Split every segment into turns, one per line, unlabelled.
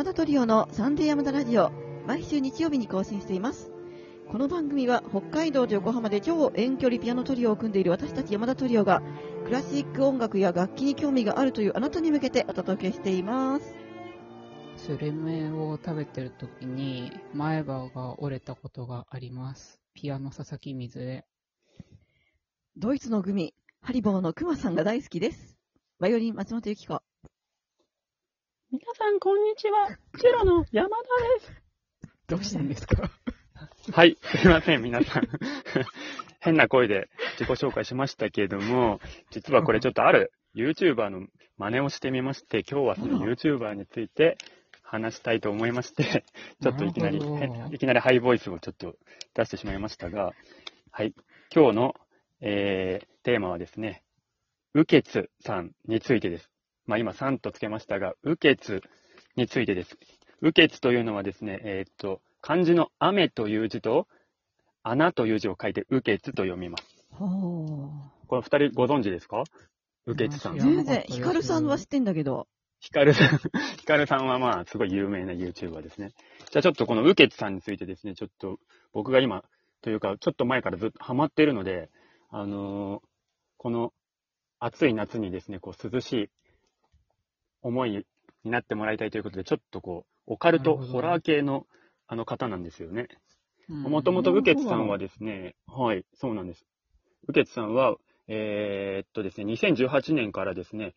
山田トリオのサンデー山田ラジオ、毎週日曜日に更新しています。この番組は北海道と横浜で超遠距離ピアノトリオを組んでいる私たち山田トリオがクラシック音楽や楽器に興味があるというあなたに向けてお届けしています。
スルメを食べてるときに前歯が折れたことがあります。ピアノ佐々木水江。
ドイツのグミ、ハリボーのクマさんが大好きです。バイオリン松本由紀子。
皆さんこんにちは、チェロの山田です。
どうしたんですか？
はい、すいません、皆さん。変な声で自己紹介しましたけれども、実はこれちょっとある YouTuber の真似をしてみまして、今日はその YouTuber について話したいと思いまして、ちょっといきなりハイボイスをちょっと出してしまいましたが、はい、今日の、テーマはですね、雨穴さんについてです。まあ今3とつけましたが、雨穴についてです。雨穴というのはですね、漢字の雨という字と穴という字を書いて雨穴と読みます。この二人ご存知ですか？雨穴さん。
全然、ヒカルさんは知ってんだけど。
ヒカルさんはまあすごい有名な YouTuber ですね。じゃあちょっとこの雨穴さんについてですね、ちょっと僕が今というかちょっと前からずっとハマっているので、この暑い夏にですね、こう涼しい思いになってもらいたいということで、ちょっとこうオカルトホラー系の方なんですよね。もともと雨穴さんはですね、はい、そうなんです。雨穴さんは、ですね、2018年からですね、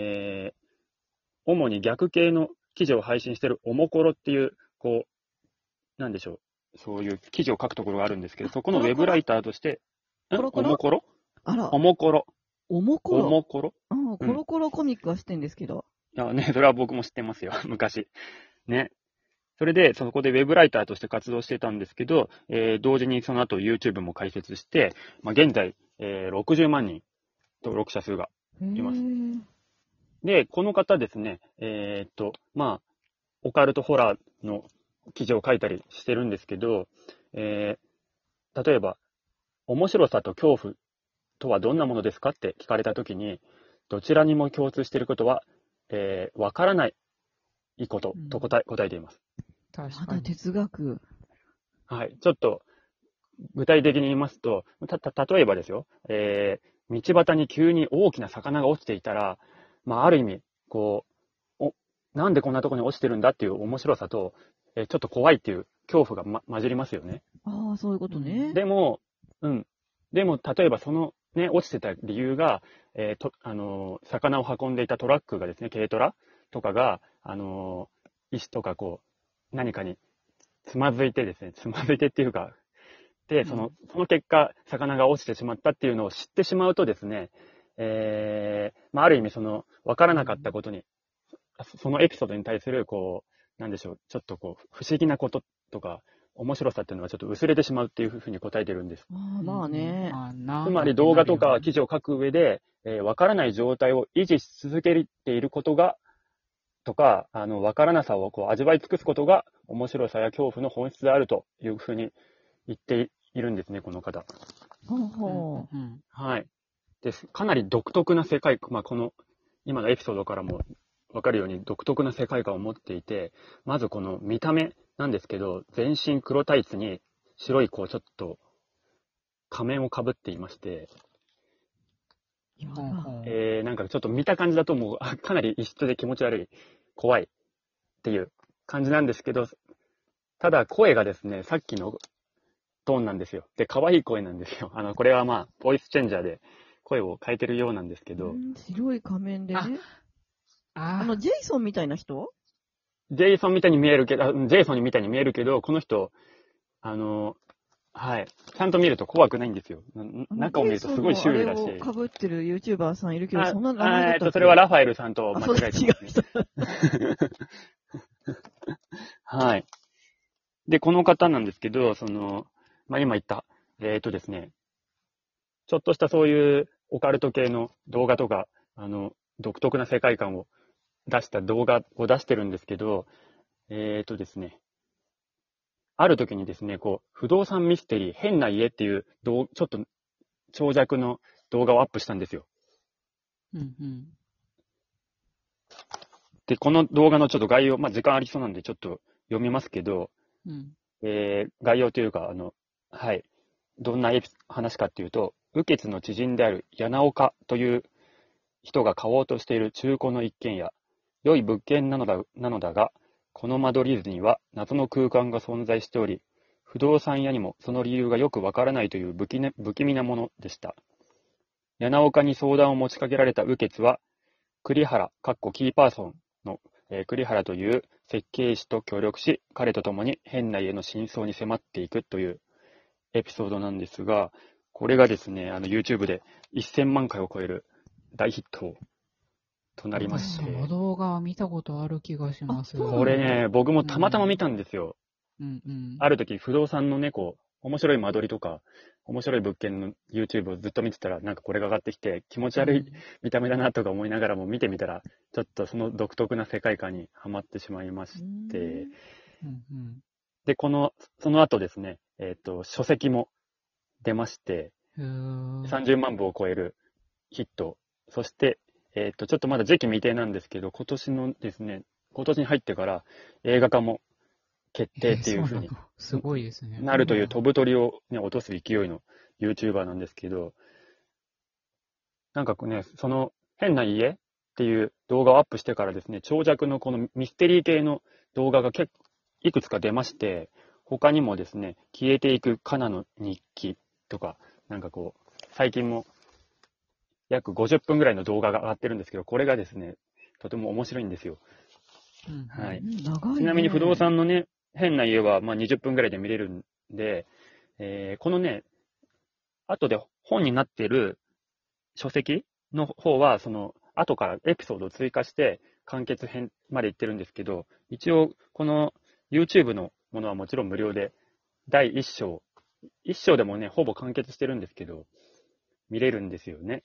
主に逆系の記事を配信しているおもころっていう、こう、なんでしょう、そういう記事を書くところがあるんですけど、そこのウェブライターとして、おもころ
あら。
おもころ。
おもころ。
おもころ。
コロコロコミックは知ってんですけど。
いやね、それは僕も知ってますよ、昔。ね。それで、そこでウェブライターとして活動してたんですけど、同時にその後 YouTube も開設して、まあ、現在、60万人登録者数がいます。で、この方ですね、まあ、オカルトホラーの記事を書いたりしてるんですけど、例えば、面白さと恐怖とはどんなものですかって聞かれたときに、どちらにも共通していることは、わからないことと答えています。
まだ哲学。
はい。ちょっと、具体的に言いますと、例えばですよ、道端に急に大きな魚が落ちていたら、まあ、ある意味、こう、なんでこんなところに落ちてるんだっていう面白さと、ちょっと怖いっていう恐怖が、混じりますよね。
ああ、そういうことね。
でも、例えばそのね、落ちてた理由が、魚を運んでいたトラックがですね、軽トラとかが、石とかこう、何かにつまずいてっていうか、で、その結果、魚が落ちてしまったっていうのを知ってしまうとですね、まあ、ある意味わからなかったことに、そのエピソードに対する、こう、なんでしょう、ちょっとこう、不思議なこととか、面白さっていうのがちょっと薄れてしまうっていうふうに答えてるんです。
まあね。
つまり動画とか記事を書く上で、わからない状態を維持し続けていることが、とか、わからなさをこう味わい尽くすことが面白さや恐怖の本質であるというふうに言っているんですね、この方。はい。です。かなり独特な世界観、まあ、この今のエピソードからもわかるように独特な世界観を持っていて、まずこの見た目なんですけど、全身黒タイツに白いこうちょっと仮面をかぶっていまして、なんかちょっと見た感じだともうかなり異質で気持ち悪い、怖いっていう感じなんですけど、ただ声がですね、さっきのトーンなんですよ。で、可愛い声なんですよ。これはまあ、ボイスチェンジャーで声を変えてるようなんですけど。
白い仮面でね。ジェイソンみたいな人？
ジェイソンみたいに見えるけど、この人、はい。ちゃんと見ると怖くないんですよ。中を見るとすごいシュールだし。
あれを被ってる YouTuber さんいるけど、そんなの
それはラファエルさんと間違えてますね。はい。で、この方なんですけど、まあ、今言った、ですね、ちょっとしたそういうオカルト系の動画とか、独特な世界観を出した動画を出してるんですけど、ですね、ある時にですね、こう、不動産ミステリー、変な家っていう、ちょっと長尺の動画をアップしたんですよ。 で、この動画のちょっと概要、時間ありそうなんでちょっと読みますけど、
うん。
概要というか、はい。どんな話かっていうと、雨穴の知人である柳岡という人が買おうとしている中古の一軒家、良い物件なのだが、この間取り図には謎の空間が存在しており、不動産屋にもその理由がよくわからないという不気味なものでした。柳岡に相談を持ちかけられた雨穴は、栗原、キーパーソンの、栗原という設計士と協力し、彼と共に変な家の真相に迫っていくというエピソードなんですが、これがですね、YouTube で1000万回を超える大ヒットとなりまして。
その動画は見たことある気がします。
これね、僕もたまたま見たんですよ。
うんうん。
ある時、不動産のね、面白い間取りとか、面白い物件の YouTube をずっと見てたら、なんかこれが上がってきて、気持ち悪い見た目だなとか思いながらも見てみたら、ちょっとその独特な世界観にはまってしまいまして、
うんうん
で、その後ですね、書籍も出まして、30万部を超えるヒット。そして、ちょっとまだ時期未定なんですけど、今年に入ってから映画化も決定っていう風に
すごいですね。
なるという飛ぶ鳥を、ね、落とす勢いの YouTuber なんですけど、なんかね、その変な家っていう動画をアップしてからですね、長尺のこのミステリー系の動画がいくつか出まして、他にもですね、消えていくカナの日記とか、なんか最近も約50分ぐらいの動画が上がってるんですけど、これがですね、とても面白いんですよ。はい。
長いね。
ちなみに不動産のね、変な家は20分ぐらいで見れるんで、このね、後で本になっている書籍の方は、後からエピソードを追加して完結編までいってるんですけど、一応この YouTube のものはもちろん無料で、第1章でもね、ほぼ完結してるんですけど、見れるんですよね。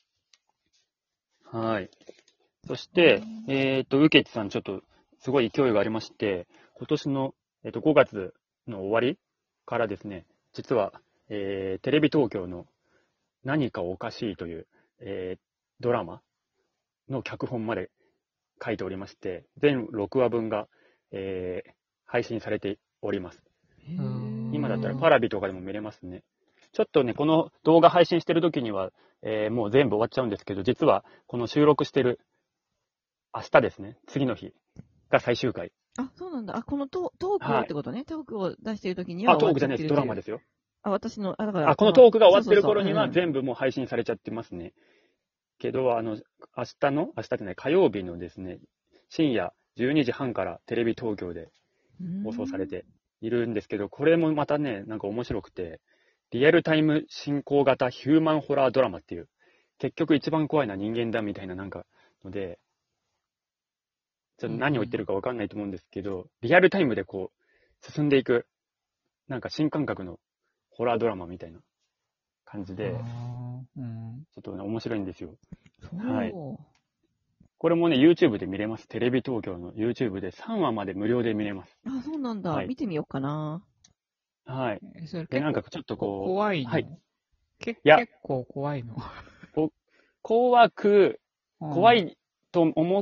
はい。そして、ウケチさんちょっとすごい勢いがありまして、今年の、5月の終わりからですね、実は、テレビ東京の何かおかしいという、ドラマの脚本まで書いておりまして、全6話分が、配信されております。今だったらパラビとかでも見れますね。ちょっとね、この動画配信してる時には、もう全部終わっちゃうんですけど、実はこの収録してる明日ですね、次の日が最終回。
あ、そうなんだ。このトークをってことね。トークを出している時には
トークじゃないです。ドラマですよ。
私の、だから。
このトークが終わってる頃には全部もう配信されちゃってますね。けど、明日じゃない、火曜日のですね、深夜12時半からテレビ東京で放送されているんですけど、これもまたね、なんか面白くて、リアルタイム進行型ヒューマンホラードラマっていう、結局一番怖いのは人間だみたいななんかので、ちょっと何を言ってるか分かんないと思うんですけど、リアルタイムで進んでいく、なんか新感覚のホラードラマみたいな感じで、ちょっとね、面白いんですよ。はい。これもね、YouTube で見れます。テレビ東京の YouTube で3話まで無料で見れます。
あ、そうなんだ。見てみようかな。
はい。
で、なんかちょっと
怖いの。
はい。
結構怖いの。
怖いと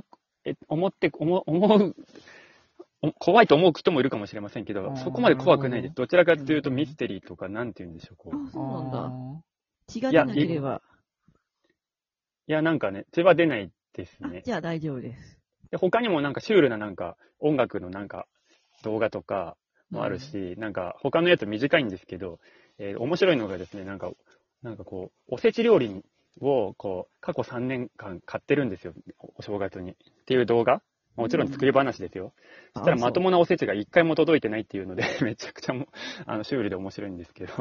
怖いと思う人もいるかもしれませんけど、そこまで怖くないです。どちらかというとミステリーとか、なんて言うんでしょう。
あ、そうなんだ。血が出なければ。
いや、なんかね、血は出ないですね。
じゃあ大丈夫です。
で、他にもなんかシュールななんか音楽のなんか動画とかもあるし、なんか他のやつ短いんですけど、面白いのがですね、なんかおせち料理を過去3年間買ってるんですよ。お正月に。っていう動画もちろん作り話ですよ。そしたらまともなおせちが1回も届いてないっていうので、めちゃくちゃシュールで面白いんですけど。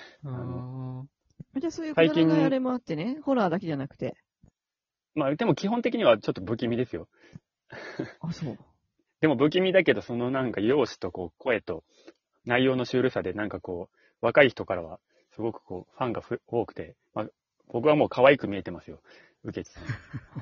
じゃあそういうくだらないあれもあってね、ホラーだけじゃなくて。
でも基本的にはちょっと不気味ですよ。
あ、そう。
でも不気味だけど、そのなんか容姿と声と内容のシュールさでなんか若い人からはすごくファンが多くて、僕はもう可愛く見えてますよ。ウケチさん。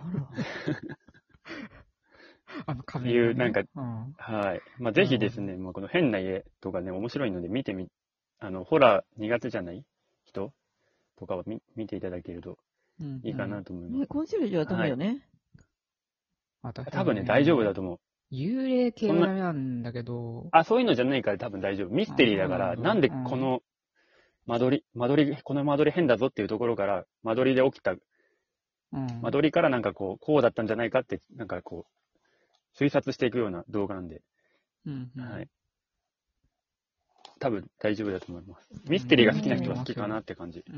っていう、なんか、はい。ぜひですね、この変な家とかね、面白いので見てホラー苦手じゃない人とかを見ていただけるといいかなと思います。
コンシェルジュはダメよね。
多分ね、大丈夫だと思う。
幽霊系はダメなんだけど。
そういうのじゃないから多分大丈夫。ミステリーだから、なんでこのこの間取り変だぞっていうところから、間取りで起きた、間取りからなんかこうだったんじゃないかって、なんかこう、推察していくような動画なんで。はい。多分大丈夫だと思います。ミステリーが好きな人は好きかなって感じ。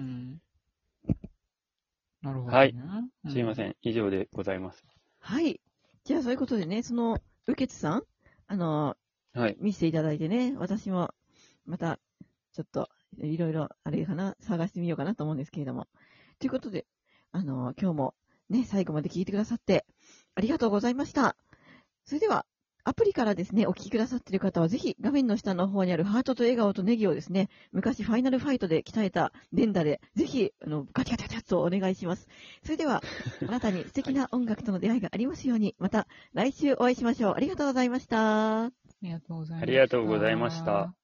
なるほど、ね。
はい。すいません。以上でございます。
はい。じゃあそういうことでね、ウケツさん、
はい。
見せていただいてね、私もまたちょっといろいろあれかな、探してみようかなと思うんですけれども。ということで、今日もね、最後まで聞いてくださってありがとうございました。それでは、アプリからですね、お聞きくださっている方は、ぜひ画面の下の方にあるハートと笑顔とネギをですね、昔ファイナルファイトで鍛えた連打で、ぜひ、ガチャガチャガチャッとお願いします。それでは、あなたに素敵な音楽との出会いがありますように、また来週お会いしましょう。ありがとうございました。
ありがとうございました。
ありがとうございました。